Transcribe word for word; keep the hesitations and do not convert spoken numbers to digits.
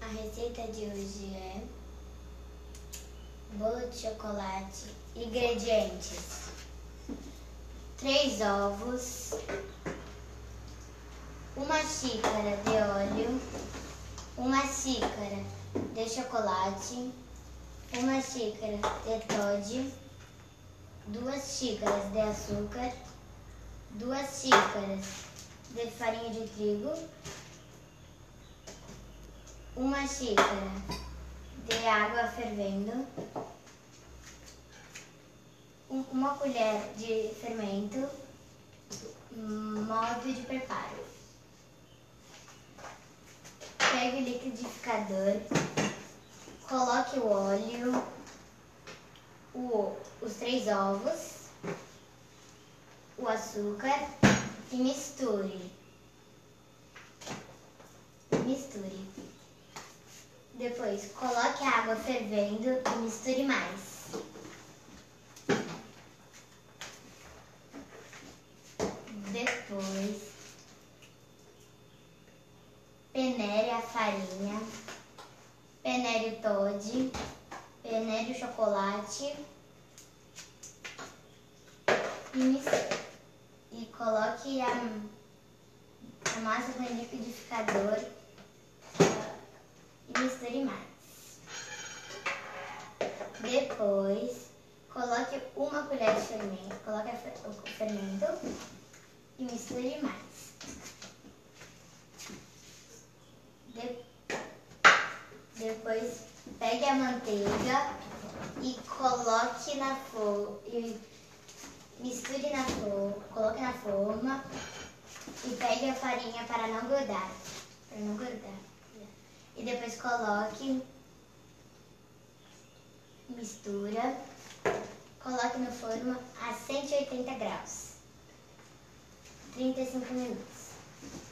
A receita de hoje é bolo de chocolate. Ingredientes: três ovos, uma xícara de óleo, uma xícara de chocolate, uma xícara de Toddy, duas xícaras de açúcar, duas xícaras de farinha de trigo, uma xícara de água fervendo, uma colher de fermento. Modo de preparo: pegue o liquidificador, coloque o óleo, o, os três ovos, o açúcar e misture. Misture. Depois, coloque a água fervendo e misture mais. Depois, peneire a farinha, peneire o Toddy, peneire o chocolate e, misture. E coloque a, a massa no liquidificador e misture mais. Depois, coloque uma colher de fermento, coloque o fermento e misture mais. De, depois, pegue a manteiga e coloque na forma, misture na forma, coloque na forma e pegue a farinha para não grudar, para não grudar. E depois coloque, mistura, coloque no forno a cento e oitenta graus, trinta e cinco minutos.